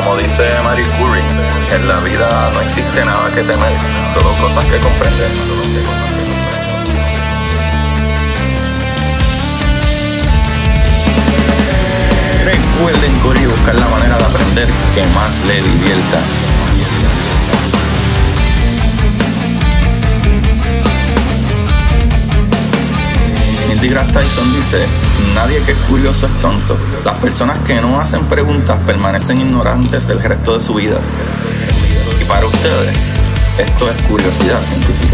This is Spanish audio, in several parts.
Como dice Marie Curie, en la vida no existe nada que temer, solo cosas que comprender. Recuerden, Cory, buscar la manera de aprender que más le divierta. Neil deGrasse Tyson dice: nadie que es curioso es tonto. Las personas que no hacen preguntas permanecen ignorantes del resto de su vida. Y para ustedes, esto es curiosidad científica.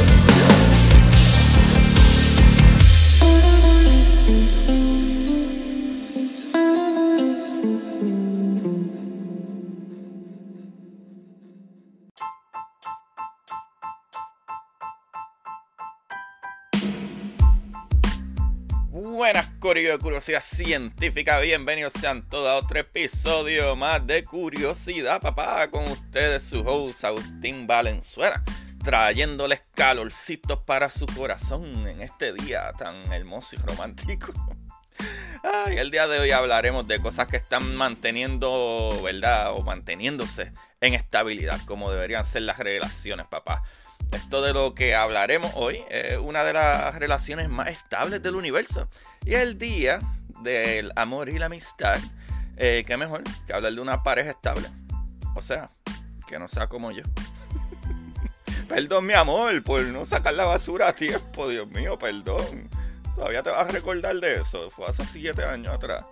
Buenas, corillo de Curiosidad Científica, bienvenidos sean todos a otro episodio más de Curiosidad, papá, con ustedes su host Agustín Valenzuela, trayéndoles calorcitos para su corazón en este día tan hermoso y romántico. Ay, el día de hoy hablaremos de cosas que están manteniendo, ¿verdad? O manteniéndose en estabilidad, como deberían ser las relaciones, papá. Esto de lo que hablaremos hoy es una de las relaciones más estables del universo. Y es el día del amor y la amistad. ¿Qué mejor que hablar de una pareja estable? O sea, que no sea como yo. Perdón, mi amor, por no sacar la basura a tiempo. Dios mío, perdón. Todavía te vas a recordar de eso. Fue hace 7 años atrás.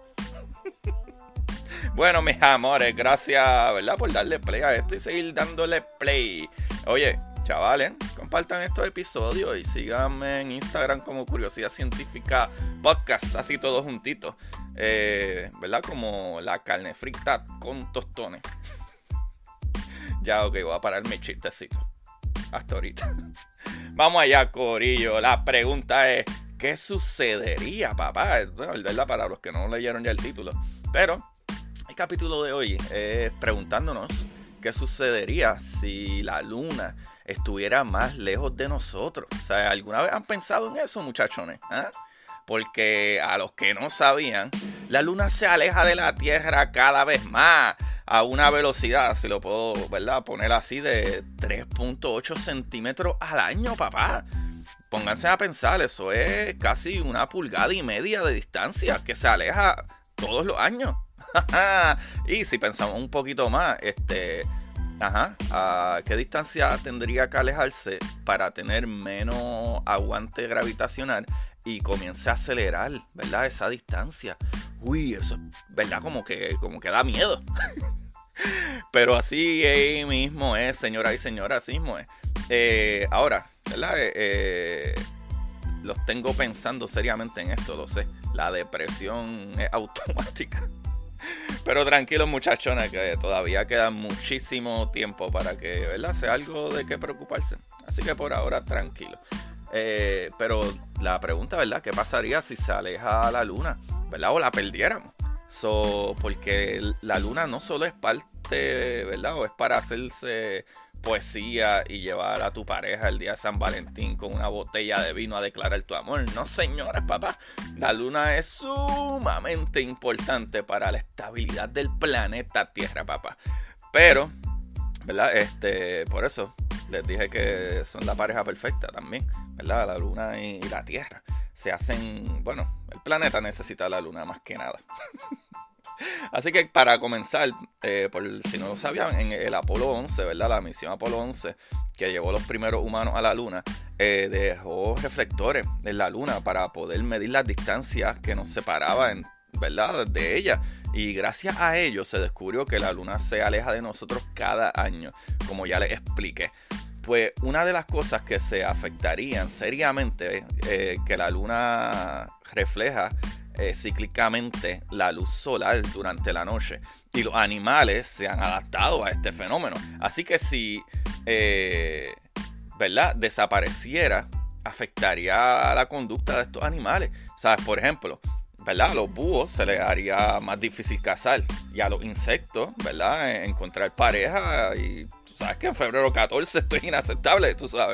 Bueno, mis amores, gracias, ¿verdad? Por darle play a esto y seguir dándole play. Oye, chavales, compartan estos episodios y síganme en Instagram como Curiosidad Científica Podcast, así todos juntitos, ¿verdad? Como la carne frita con tostones. Ya, ok, voy a parar mi chistecito. Hasta ahorita. Vamos allá, corillo. La pregunta es, ¿qué sucedería, papá? ¿Verdad? Para los que no leyeron ya el título. Pero el capítulo de hoy es preguntándonos qué sucedería si la luna estuviera más lejos de nosotros. O sea, ¿alguna vez han pensado en eso, muchachones? ¿Ah? Porque a los que no sabían, la luna se aleja de la Tierra cada vez más a una velocidad, si lo puedo, ¿verdad?, poner así, de 3.8 centímetros al año, papá. Pónganse a pensar, eso es casi 1,5 pulgadas de distancia que se aleja todos los años. Y si pensamos un poquito más, ¿a qué distancia tendría que alejarse para tener menos aguante gravitacional y comience a acelerar, ¿verdad? Esa distancia. Uy, eso, ¿verdad? Como que da miedo. Pero así mismo es, señoras y señores, así mismo es. Ahora, ¿verdad? Los tengo pensando seriamente en esto, lo sé. La depresión es automática. Pero tranquilos, muchachones, que todavía queda muchísimo tiempo para que, ¿verdad?, sea algo de qué preocuparse. Así que por ahora, tranquilo. Pero la pregunta, ¿verdad?, ¿qué pasaría si se aleja la luna, ¿verdad?, o la perdiéramos? Porque la luna no solo es parte, ¿verdad?, o es para hacerse poesía y llevar a tu pareja el día de San Valentín con una botella de vino a declarar tu amor. No, señores, papá. La luna es sumamente importante para la estabilidad del planeta Tierra, papá. Pero, ¿verdad? Por eso les dije que son la pareja perfecta también, ¿verdad? La luna y la Tierra se hacen, bueno, el planeta necesita la luna más que nada. Así que para comenzar, por si no lo sabían, en el Apolo 11, ¿verdad? La misión Apolo 11, que llevó los primeros humanos a la luna, dejó reflectores en la luna para poder medir las distancias que nos separaban, ¿verdad?, de ella. Y gracias a ello se descubrió que la luna se aleja de nosotros cada año, como ya les expliqué. Pues una de las cosas que se afectarían seriamente que la luna refleja cíclicamente la luz solar durante la noche, y los animales se han adaptado a este fenómeno. Así que si ¿verdad?, desapareciera, afectaría la conducta de estos animales. ¿Sabes? Por ejemplo, ¿verdad?, a los búhos se les haría más difícil cazar, y a los insectos, ¿verdad?, encontrar pareja. Y tú sabes que en febrero 14 esto es inaceptable, tú sabes.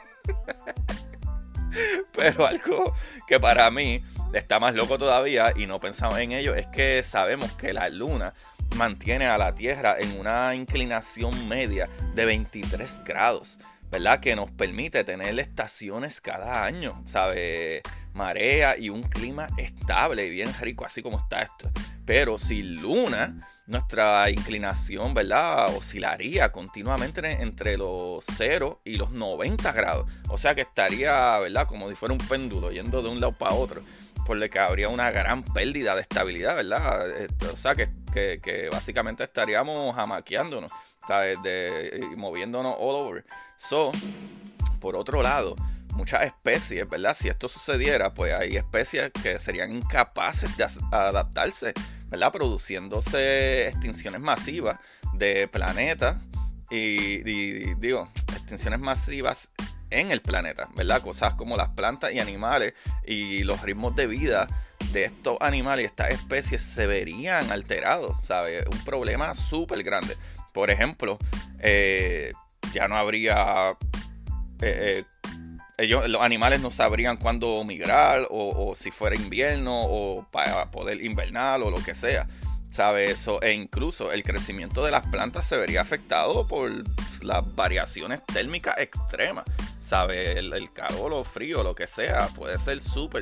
Pero algo que para mí está más loco todavía, y no pensamos en ello, es que sabemos que la luna mantiene a la Tierra en una inclinación media de 23 grados, ¿verdad? Que nos permite tener estaciones cada año, ¿sabe? Marea y un clima estable y bien rico, así como está esto. Pero sin luna, nuestra inclinación, ¿verdad? Oscilaría continuamente entre los 0 y los 90 grados. O sea que estaría, ¿verdad? Como si fuera un péndulo yendo de un lado para otro. Por lo que habría una gran pérdida de estabilidad, ¿verdad? O sea que básicamente estaríamos jamaqueándonos, ¿sabes? Y moviéndonos all over. Por otro lado, muchas especies, ¿verdad? Si esto sucediera, pues hay especies que serían incapaces de adaptarse, ¿verdad? Produciéndose extinciones masivas de planetas y digo, extinciones masivas en el planeta, ¿verdad? Cosas como las plantas y animales y los ritmos de vida de estos animales y estas especies se verían alterados, ¿sabes? Un problema súper grande. Por ejemplo, ya no habría... los animales no sabrían cuándo migrar o si fuera invierno o para poder invernar o lo que sea, ¿sabes? E incluso el crecimiento de las plantas se vería afectado por las variaciones térmicas extremas, ¿sabes? El calor o frío, lo que sea, puede ser súper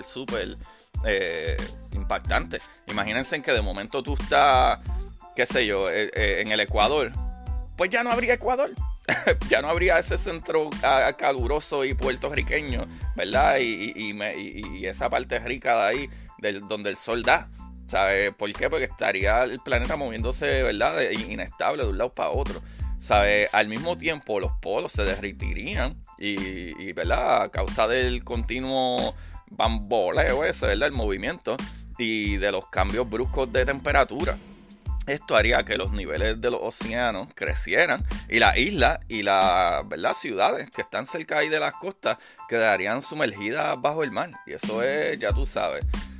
impactante. Imagínense que de momento tú estás, qué sé yo, en el Ecuador, pues ya no habría Ecuador. Ya no habría ese centro caluroso y puertorriqueño, ¿verdad? Y esa parte rica de ahí, donde el sol da, ¿sabes? ¿Por qué? Porque estaría el planeta moviéndose, ¿verdad? Inestable de un lado para otro, ¿sabes? Al mismo tiempo los polos se derritirían y ¿verdad? A causa del continuo bamboleo ese, ¿verdad? El movimiento y de los cambios bruscos de temperatura. Esto haría que los niveles de los océanos crecieran y las islas y las, ¿verdad? Ciudades que están cerca ahí de las costas quedarían sumergidas bajo el mar. Y eso es, ya tú sabes,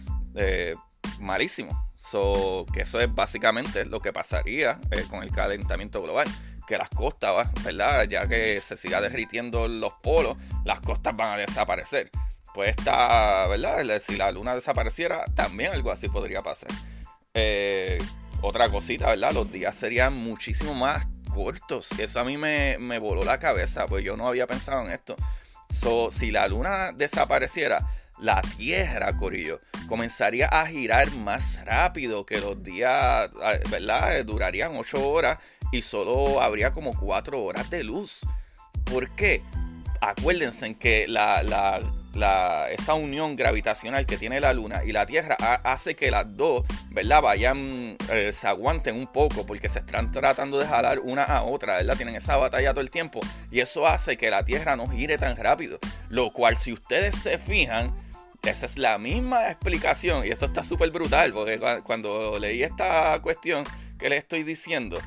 malísimo. Que eso es básicamente lo que pasaría con el calentamiento global. Que las costas, ¿verdad? Ya que se siga derritiendo los polos, las costas van a desaparecer. Pues ¿verdad? Si la luna desapareciera, también algo así podría pasar. Otra cosita, ¿verdad? Los días serían muchísimo más cortos. Eso a mí me voló la cabeza, pues yo no había pensado en esto. Si la luna desapareciera, la Tierra, corillo, comenzaría a girar más rápido, que los días, ¿verdad? Durarían 8 horas y solo habría como 4 horas de luz. ¿Por qué? Acuérdense que esa unión gravitacional que tiene la luna y la Tierra hace que las dos, ¿verdad? Se aguanten un poco porque se están tratando de jalar una a otra, ¿verdad? Tienen esa batalla todo el tiempo y eso hace que la Tierra no gire tan rápido, lo cual, si ustedes se fijan, esa es la misma explicación y eso está súper brutal, porque cuando leí esta cuestión que les estoy diciendo,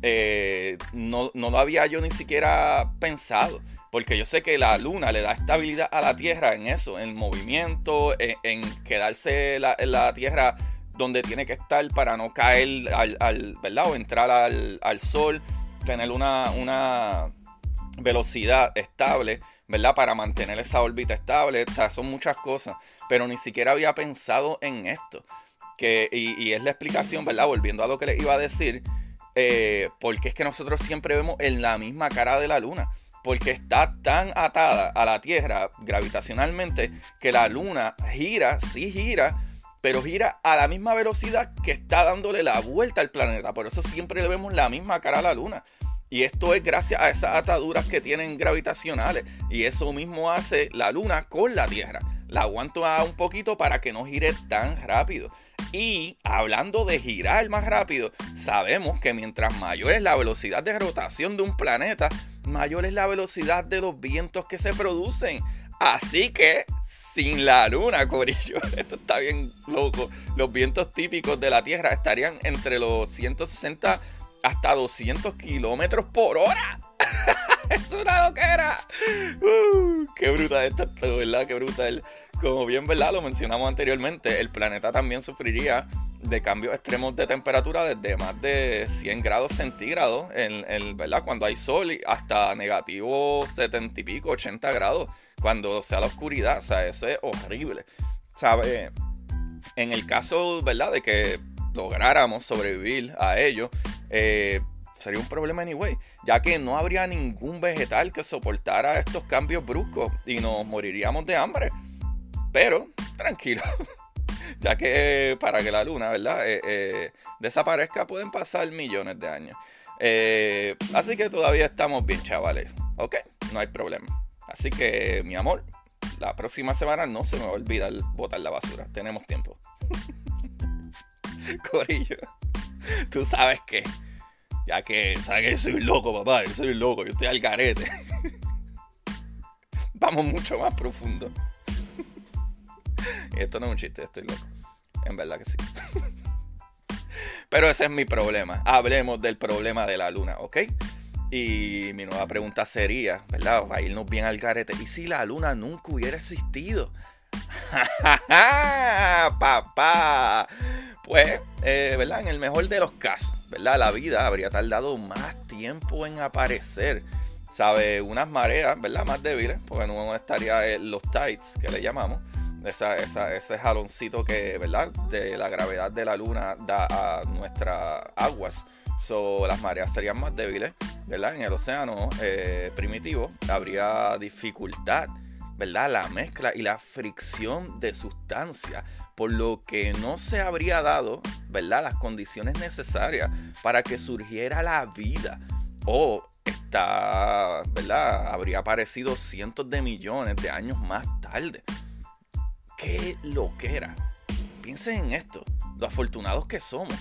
no lo había yo ni siquiera pensado. Porque yo sé que la luna le da estabilidad a la Tierra en eso, en movimiento, en quedarse la Tierra donde tiene que estar para no caer ¿verdad? O entrar al sol, tener una velocidad estable, ¿verdad? Para mantener esa órbita estable. O sea, son muchas cosas, pero ni siquiera había pensado en esto. Y es la explicación, ¿verdad? Volviendo a lo que les iba a decir, porque es que nosotros siempre vemos en la misma cara de la luna. Porque está tan atada a la Tierra gravitacionalmente que la luna sí gira, pero gira a la misma velocidad que está dándole la vuelta al planeta. Por eso siempre le vemos la misma cara a la luna. Y esto es gracias a esas ataduras que tienen gravitacionales. Y eso mismo hace la luna con la Tierra. La aguanta un poquito para que no gire tan rápido. Y hablando de girar más rápido, sabemos que mientras mayor es la velocidad de rotación de un planeta, mayor es la velocidad de los vientos que se producen. Así que, sin la luna, corillo, esto está bien loco, los vientos típicos de la Tierra estarían entre los 160 hasta 200 kilómetros por hora. Es una loquera. Qué brutal esto, ¿verdad? Qué brutal. Como bien, ¿verdad? Lo mencionamos anteriormente, el planeta también sufriría de cambios extremos de temperatura desde más de 100 grados centígrados, ¿verdad? Cuando hay sol, hasta negativo 70 y pico, 80 grados, cuando sea la oscuridad. O sea, eso es horrible, ¿sabe? En el caso, ¿verdad? De que lográramos sobrevivir a ello, sería un problema anyway, ya que no habría ningún vegetal que soportara estos cambios bruscos y nos moriríamos de hambre. Pero, tranquilo, ya que para que la luna, ¿verdad? Desaparezca pueden pasar millones de años. Así que todavía estamos bien, chavales. Ok, no hay problema. Así que, mi amor, la próxima semana no se me va a olvidar botar la basura. Tenemos tiempo. Corillo, tú sabes que, ya que sabes que yo soy un loco, papá. Yo soy un loco, yo estoy al garete. Vamos mucho más profundo. Y esto no es un chiste, estoy loco. En verdad que sí. Pero ese es mi problema. Hablemos del problema de la luna, ¿ok? Y mi nueva pregunta sería, ¿verdad? Va a irnos bien al garete. ¿Y si la luna nunca hubiera existido? Papá. Pues, ¿verdad? En el mejor de los casos, ¿verdad? La vida habría tardado más tiempo en aparecer. ¿Sabe? Unas mareas, ¿verdad? Más débiles, porque no estaría los tides, que le llamamos. Ese jaloncito que, ¿verdad? De la gravedad de la luna da a nuestras aguas. Las mareas serían más débiles, ¿verdad? En el océano primitivo habría dificultad, ¿verdad? La mezcla y la fricción de sustancias, por lo que no se habría dado, ¿verdad? Las condiciones necesarias para que surgiera la vida. ¿Verdad? Habría aparecido cientos de millones de años más tarde. ¡Qué loquera! Piensen en esto, lo afortunados que somos.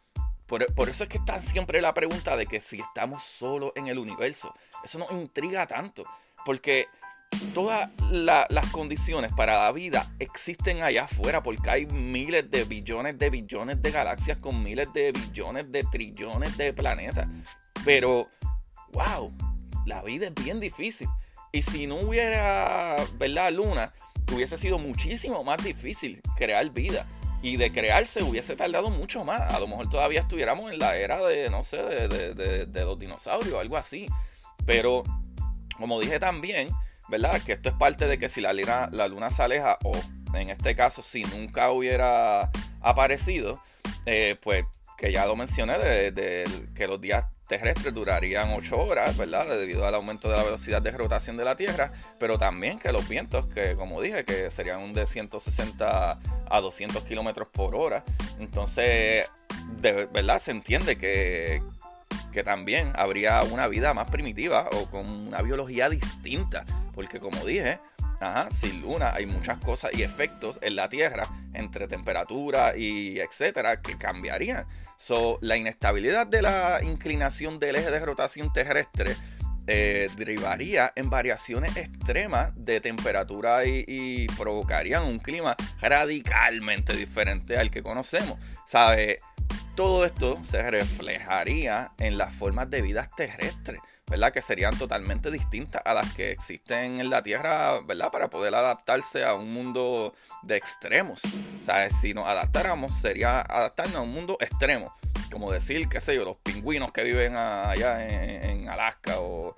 Por eso es que está siempre la pregunta de que si estamos solos en el universo. Eso nos intriga tanto, porque todas las condiciones para la vida existen allá afuera, porque hay miles de billones de galaxias con miles de billones de trillones de planetas. Pero, wow, la vida es bien difícil. Y si no hubiera, ¿verdad?, luna, hubiese sido muchísimo más difícil crear vida. Y de crearse hubiese tardado mucho más. A lo mejor todavía estuviéramos en la era de, no sé, de los dinosaurios, algo así. Pero, como dije también, ¿verdad? Que esto es parte de que si la luna se aleja, o en este caso, si nunca hubiera aparecido, pues, que ya lo mencioné, que los días terrestres durarían 8 horas, ¿verdad? Debido al aumento de la velocidad de rotación de la Tierra, pero también que los vientos, que como dije, que serían de 160 a 200 kilómetros por hora. Entonces, ¿verdad? Se entiende que también habría una vida más primitiva o con una biología distinta, porque como dije, sin luna hay muchas cosas y efectos en la Tierra, entre temperatura y etcétera, que cambiarían. La inestabilidad de la inclinación del eje de rotación terrestre derivaría en variaciones extremas de temperatura y provocarían un clima radicalmente diferente al que conocemos. ¿Sabe? Todo esto se reflejaría en las formas de vida terrestres, ¿verdad? Que serían totalmente distintas a las que existen en la Tierra, ¿verdad? Para poder adaptarse a un mundo de extremos. ¿Sabes? Si nos adaptáramos, sería adaptarnos a un mundo extremo. Como decir, qué sé yo, los pingüinos que viven allá en Alaska o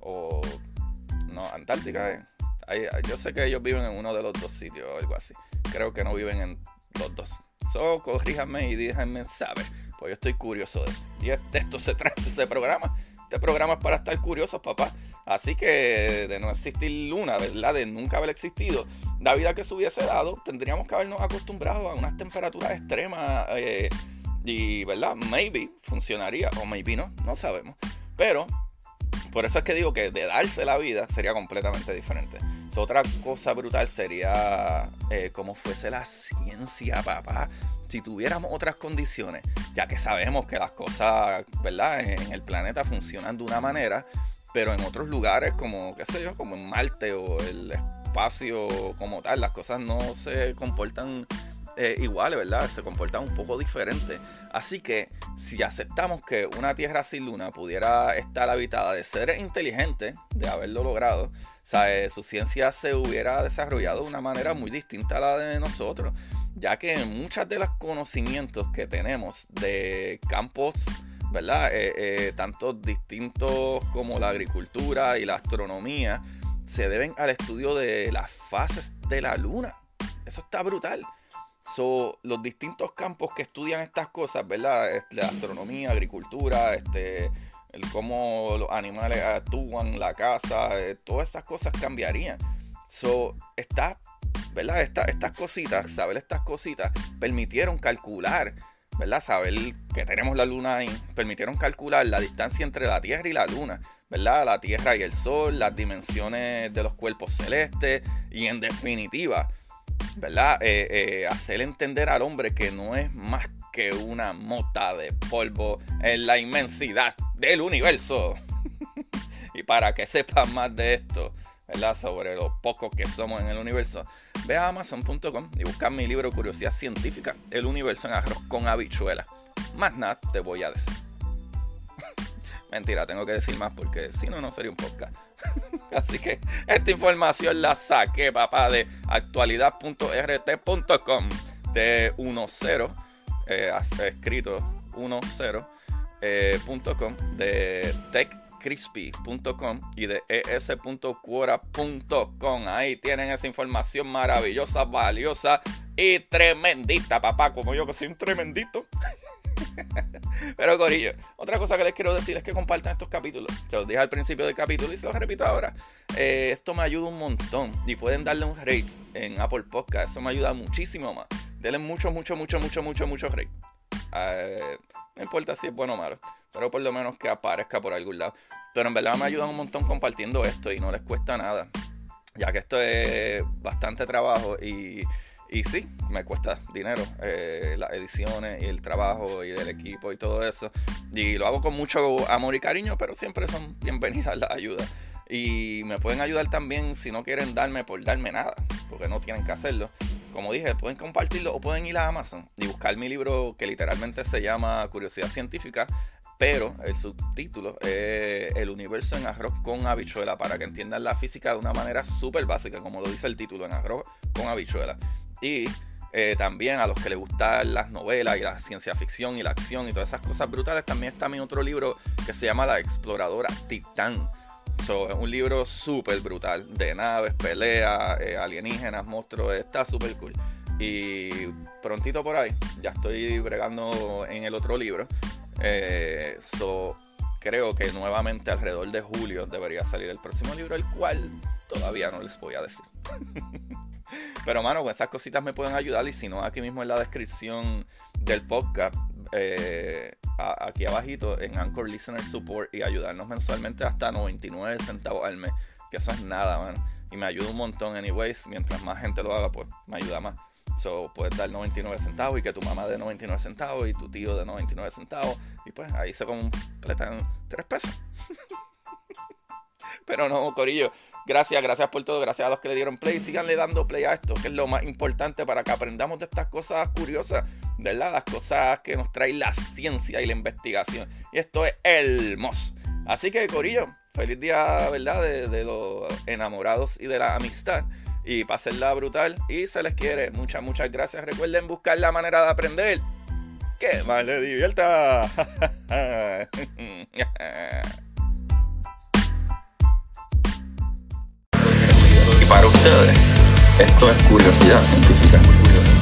no, Antártica. Yo sé que ellos viven en uno de los dos sitios o algo así. Creo que no viven en los dos. Corríjanme y déjenme saber, pues yo estoy curioso de eso. Y de esto se trata ese programa. Este programa es para estar curiosos, papá. Así que de no existir luna, ¿verdad? De nunca haber existido la vida que se hubiese dado, tendríamos que habernos acostumbrado a unas temperaturas extremas y, ¿verdad? Maybe funcionaría o maybe no sabemos. Pero por eso es que digo que de darse la vida sería completamente diferente. Otra cosa brutal sería cómo fuese la ciencia, papá. Si tuviéramos otras condiciones, ya que sabemos que las cosas, ¿verdad?, en el planeta funcionan de una manera, pero en otros lugares, como, qué sé yo, como en Marte o el espacio como tal, las cosas no se comportan iguales, ¿verdad? Se comportan un poco diferentes. Así que si aceptamos que una Tierra sin luna pudiera estar habitada de seres inteligentes, de haberlo logrado, ¿sabe? Su ciencia se hubiera desarrollado de una manera muy distinta a la de nosotros, ya que muchos de los conocimientos que tenemos de campos, ¿verdad? Tanto distintos como la agricultura y la astronomía, se deben al estudio de las fases de la luna. Eso está brutal. So, los distintos campos que estudian estas cosas, ¿verdad? La astronomía, agricultura, cómo los animales actúan, la caza, todas estas cosas cambiarían. So, ¿verdad? Estas cositas, saber estas cositas, permitieron calcular, ¿verdad? Saber que tenemos la luna ahí, permitieron calcular la distancia entre la Tierra y la luna, ¿verdad? La Tierra y el Sol, las dimensiones de los cuerpos celestes y, en definitiva, ¿verdad? Hacer entender al hombre que no es más que una mota de polvo en la inmensidad del universo. Y para que sepan más de esto, ¿verdad? Sobre los pocos que somos en el universo, ve a Amazon.com y busca mi libro Curiosidad Científica, El universo en arroz con habichuelas. Más nada te voy a decir. Mentira, tengo que decir más porque si no, no sería un podcast. Así que esta información la saqué, papá, de actualidad.rt.com, de 10, escrito 10.com, de techcrispy.com y de es.quora.com. Ahí tienen esa información maravillosa, valiosa y tremendita, papá, como yo que soy un tremendito. Pero corillo, otra cosa que les quiero decir es que compartan estos capítulos. Se los dije al principio del capítulo y se los repito ahora. Esto me ayuda un montón y pueden darle un rate en Apple Podcast. Eso me ayuda muchísimo más. Denle mucho rate. No importa si es bueno o malo, pero por lo menos que aparezca por algún lado. Pero en verdad me ayudan un montón compartiendo esto y no les cuesta nada, ya que esto es bastante trabajo y sí, me cuesta dinero, las ediciones y el trabajo y del equipo y todo eso. Y lo hago con mucho amor y cariño, pero siempre son bienvenidas las ayudas. Y me pueden ayudar también si no quieren darme por darme nada, porque no tienen que hacerlo. Como dije, pueden compartirlo o pueden ir a Amazon y buscar mi libro que literalmente se llama Curiosidad Científica, pero el subtítulo es El universo en arroz con habichuela, para que entiendan la física de una manera súper básica, como lo dice el título, en arroz con habichuela. Y también a los que les gustan las novelas y la ciencia ficción y la acción y todas esas cosas brutales, también está mi otro libro que se llama La exploradora Titán. Es un libro súper brutal de naves, peleas, alienígenas, monstruos. Está súper cool. Y prontito por ahí ya estoy bregando en el otro libro. Creo que nuevamente alrededor de julio debería salir el próximo libro, el cual todavía no les voy a decir. Pero mano, con esas cositas me pueden ayudar. Y si no, aquí mismo en la descripción del podcast, aquí abajito en Anchor Listener Support, y ayudarnos mensualmente hasta 99 centavos al mes, que eso es nada, man, y me ayuda un montón. Anyways, mientras más gente lo haga, pues me ayuda más. So, puedes dar 99 centavos y que tu mamá dé 99 centavos y tu tío dé 99 centavos, y pues ahí se completan 3 pesos. Pero no, corillo, gracias por todo, gracias a los que le dieron play. Síganle dando play a esto, que es lo más importante para que aprendamos de estas cosas curiosas, ¿verdad? Las cosas que nos trae la ciencia y la investigación. Y esto es hermoso. Así que, corillo, feliz día, ¿verdad? De los enamorados y de la amistad. Y pásenla brutal y se les quiere. Muchas gracias. Recuerden buscar la manera de aprender que más les divierta. Y para ustedes, esto es Curiosidad Científica.